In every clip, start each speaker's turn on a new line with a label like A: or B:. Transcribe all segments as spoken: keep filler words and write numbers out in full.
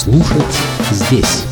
A: Слушать здесь.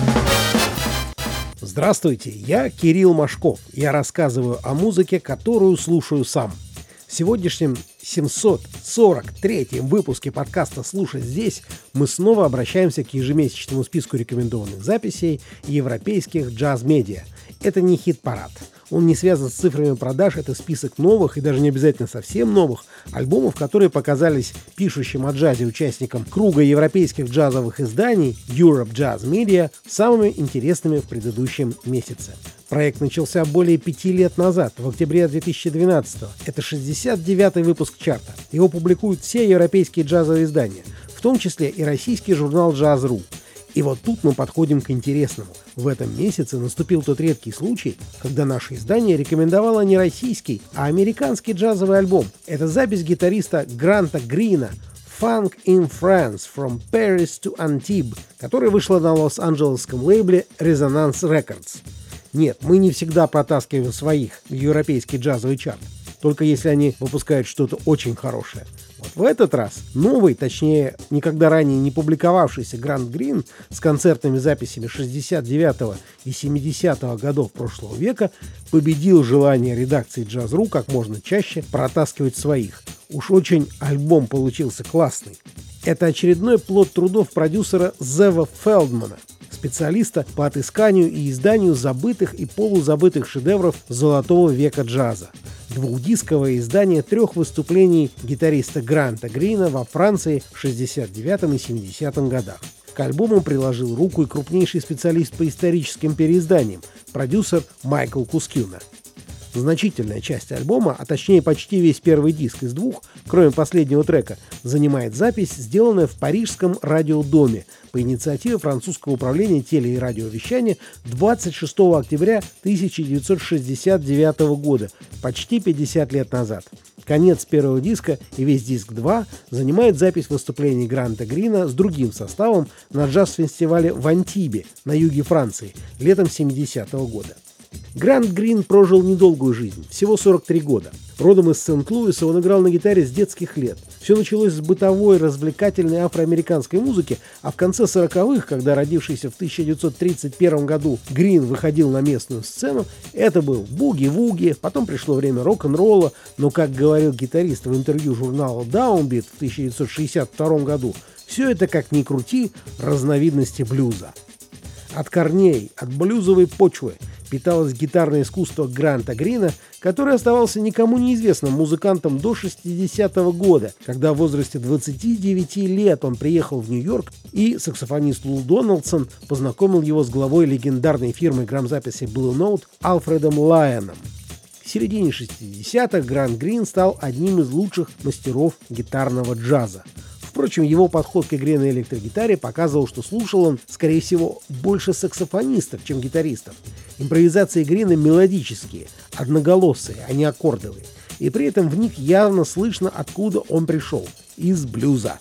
B: Здравствуйте, я Кирилл Машков. Я рассказываю о музыке, которую слушаю сам. В сегодняшнем семьсот сорок третьем выпуске подкаста «Слушать здесь» мы снова обращаемся к ежемесячному списку рекомендованных записей европейских джаз-медиа. Это не хит-парад. Он не связан с цифрами продаж, это список новых и даже не обязательно совсем новых альбомов, которые показались пишущим о джазе участникам круга европейских джазовых изданий Europe Jazz Media самыми интересными в предыдущем месяце. Проект начался более пяти лет назад, в октябре две тысячи двенадцатого. Это шестьдесят девятый выпуск чарта. Его публикуют все европейские джазовые издания, в том числе и российский журнал «Джаз точка ру». И вот тут мы подходим к интересному. В этом месяце наступил тот редкий случай, когда наше издание рекомендовало не российский, а американский джазовый альбом. Это запись гитариста Гранта Грина «Funk in France from Paris to Antibes», которая вышла на лос-анджелесском лейбле Resonance Records. Нет, мы не всегда протаскиваем своих в европейский джазовый чарт, только если они выпускают что-то очень хорошее. Вот в этот раз новый, точнее, никогда ранее не публиковавшийся Грант Грин с концертными записями шестьдесят девятого и семидесятого годов прошлого века победил желание редакции «Джаз точка ру» как можно чаще протаскивать своих. Уж очень альбом получился классный. Это очередной плод трудов продюсера Зева Фелдмана, специалиста по отысканию и изданию забытых и полузабытых шедевров золотого века джаза. Двухдисковое издание трех выступлений гитариста Гранта Грина во Франции в шестьдесят девятом и семидесятом годах. К альбому приложил руку и крупнейший специалист по историческим переизданиям, продюсер Майкл Кускюна. Значительная часть альбома, а точнее почти весь первый диск из двух, кроме последнего трека, занимает запись, сделанная в парижском радиодоме по инициативе французского управления теле- и радиовещания двадцать шестого октября тысяча девятьсот шестьдесят девятого года, почти пятьдесят лет назад. Конец первого диска и весь диск два занимает запись выступлений Гранта Грина с другим составом на джаз-фестивале в Антибе на юге Франции летом семидесятого года. Грант Грин прожил недолгую жизнь, всего сорок три года. Родом из Сент-Луиса, он играл на гитаре с детских лет. Все началось с бытовой, развлекательной афроамериканской музыки, а в конце сороковых, когда родившийся в тысяча девятьсот тридцать первом году Грин выходил на местную сцену, это был буги-вуги, потом пришло время рок-н-ролла, но, как говорил гитарист в интервью журнала Downbeat в тысяча девятьсот шестьдесят втором году, все это, как ни крути, разновидности блюза. От корней, от блюзовой почвы питалось гитарное искусство Гранта Грина, который оставался никому неизвестным музыкантом до шестидесятого года, когда в возрасте двадцати девяти лет он приехал в Нью-Йорк, и саксофонист Лу Дональдсон познакомил его с главой легендарной фирмы грамзаписи Blue Note Альфредом Лайоном. В середине шестидесятых Грант Грин стал одним из лучших мастеров гитарного джаза. Впрочем, его подход к игре на электрогитаре показывал, что слушал он, скорее всего, больше саксофонистов, чем гитаристов. Импровизации Грина мелодические, одноголосые, а не аккордовые. И при этом в них явно слышно, откуда он пришел – из блюза.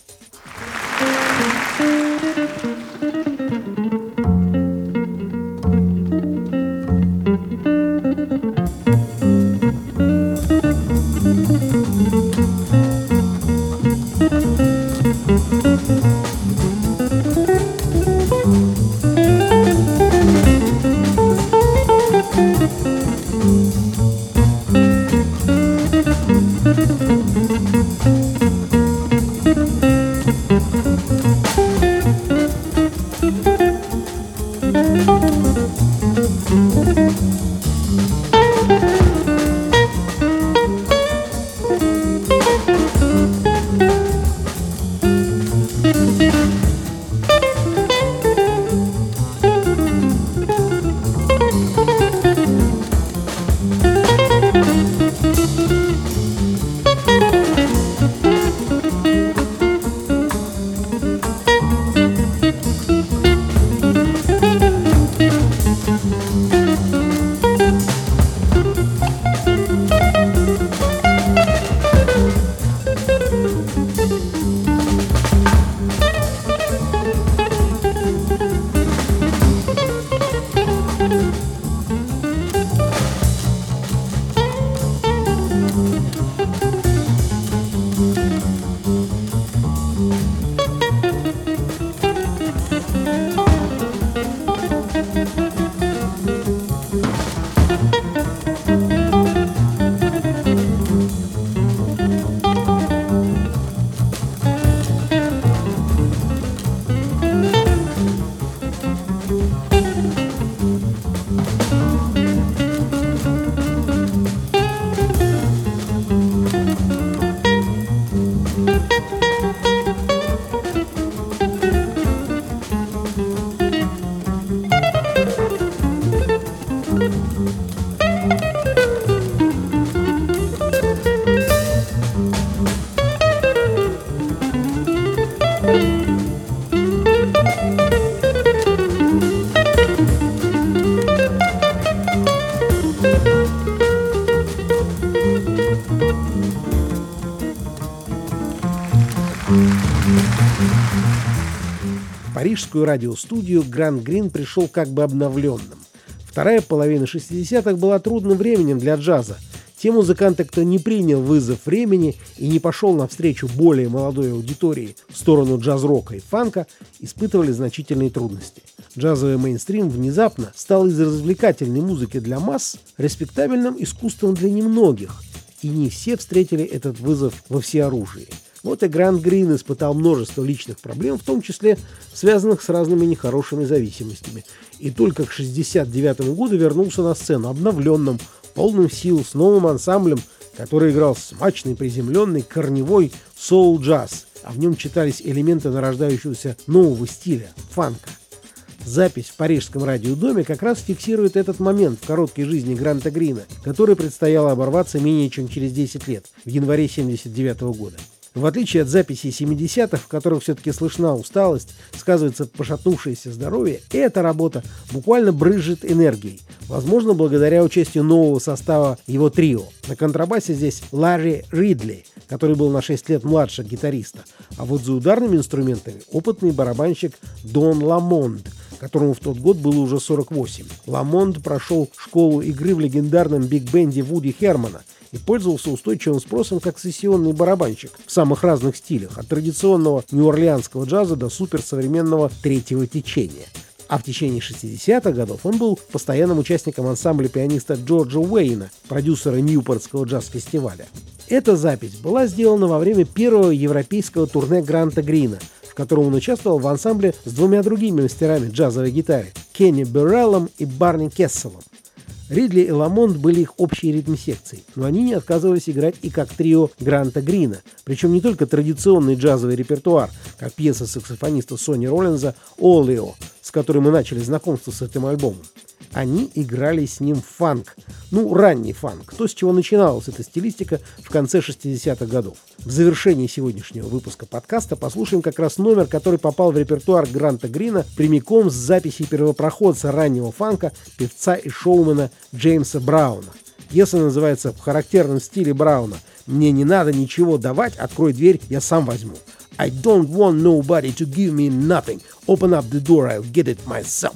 B: В парижскую радиостудию Грант Грин пришел как бы обновленным. Вторая половина шестидесятых была трудным временем для джаза. Те музыканты, кто не принял вызов времени и не пошел навстречу более молодой аудитории в сторону джаз-рока и фанка, испытывали значительные трудности. Джазовый мейнстрим внезапно стал из развлекательной музыки для масс респектабельным искусством для немногих, и не все встретили этот вызов во всеоружии. Вот и Грант Грин испытал множество личных проблем, в том числе связанных с разными нехорошими зависимостями, и только к шестьдесят девятому году вернулся на сцену обновленным, полным сил, с новым ансамблем, который играл смачный, приземленный, корневой соул-джаз, а в нем читались элементы нарождающегося нового стиля – фанка. Запись в парижском радиодоме как раз фиксирует этот момент в короткой жизни Гранта Грина, который предстояло оборваться менее чем через десять лет, в январе семьдесят девятого года. В отличие от записей семидесятых, в которых все-таки слышна усталость, сказывается пошатнувшееся здоровье, эта работа буквально брызжет энергией, возможно, благодаря участию нового состава его трио. На контрабасе здесь Ларри Ридли, который был на шесть лет младше гитариста, а вот за ударными инструментами опытный барабанщик Дон Ламонд, которому в тот год было уже сорок восемь. Ламонд прошел школу игры в легендарном биг-бенде Вуди Хермана и пользовался устойчивым спросом как сессионный барабанщик в самых разных стилях, от традиционного нью-орлеанского джаза до суперсовременного третьего течения. А в течение шестидесятых годов он был постоянным участником ансамбля пианиста Джорджа Уэйна, продюсера Ньюпортского джаз-фестиваля. Эта запись была сделана во время первого европейского турне Гранта Грина, в котором он участвовал в ансамбле с двумя другими мастерами джазовой гитары – Кенни Берреллом и Барни Кесселом. Ридли и Ламонд были их общей ритм-секцией, но они не отказывались играть и как трио Гранта Грина, причем не только традиционный джазовый репертуар, как пьеса саксофониста Сони Роллинза «Олио», с которой мы начали знакомство с этим альбомом. Они играли с ним фанк, ну, ранний фанк, то, с чего начиналась эта стилистика в конце шестидесятых годов. В завершении сегодняшнего выпуска подкаста послушаем как раз номер, который попал в репертуар Гранта Грина прямиком с записей первопроходца раннего фанка, певца и шоумена Джеймса Брауна. Пьеса называется в характерном стиле Брауна «Мне не надо ничего давать, открой дверь, я сам возьму». I don't want nobody to give me nothing. Open up the door, I'll get it myself.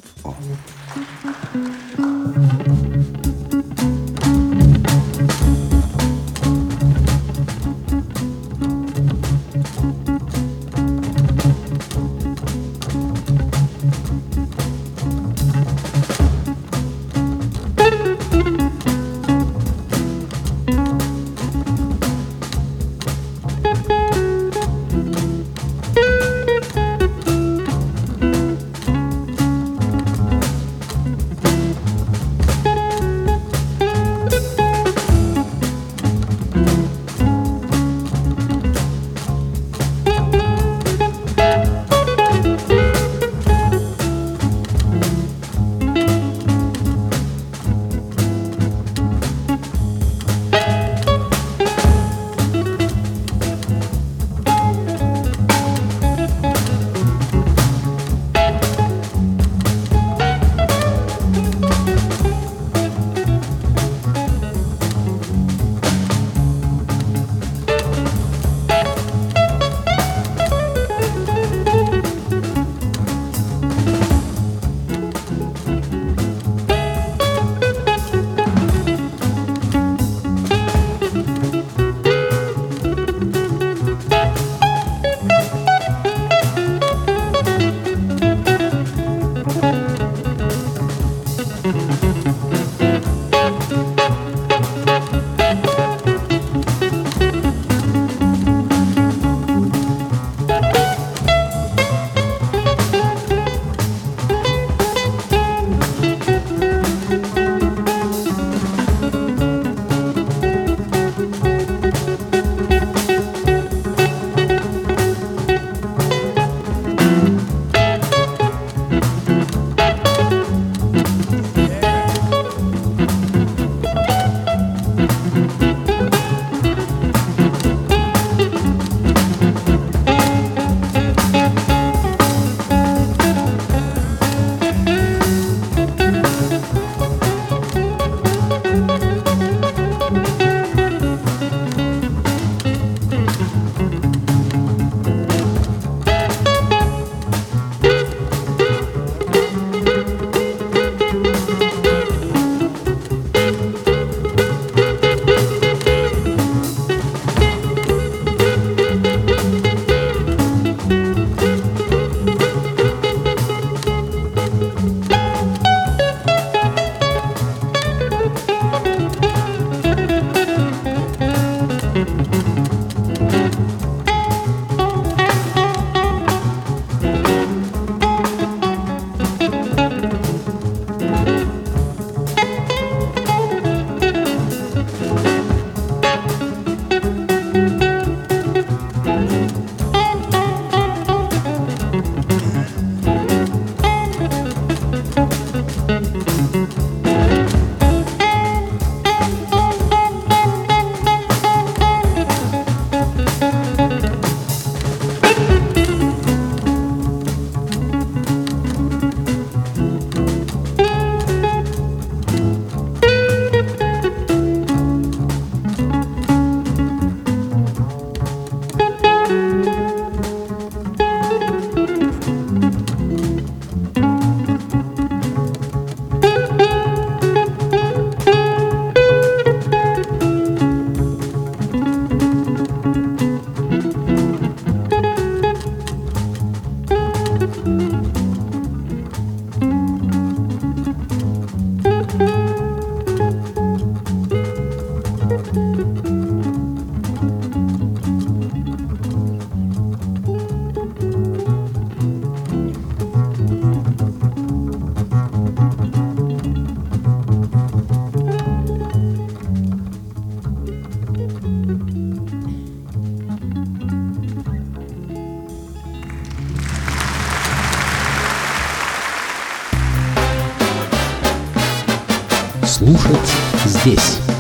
A: Слушать здесь.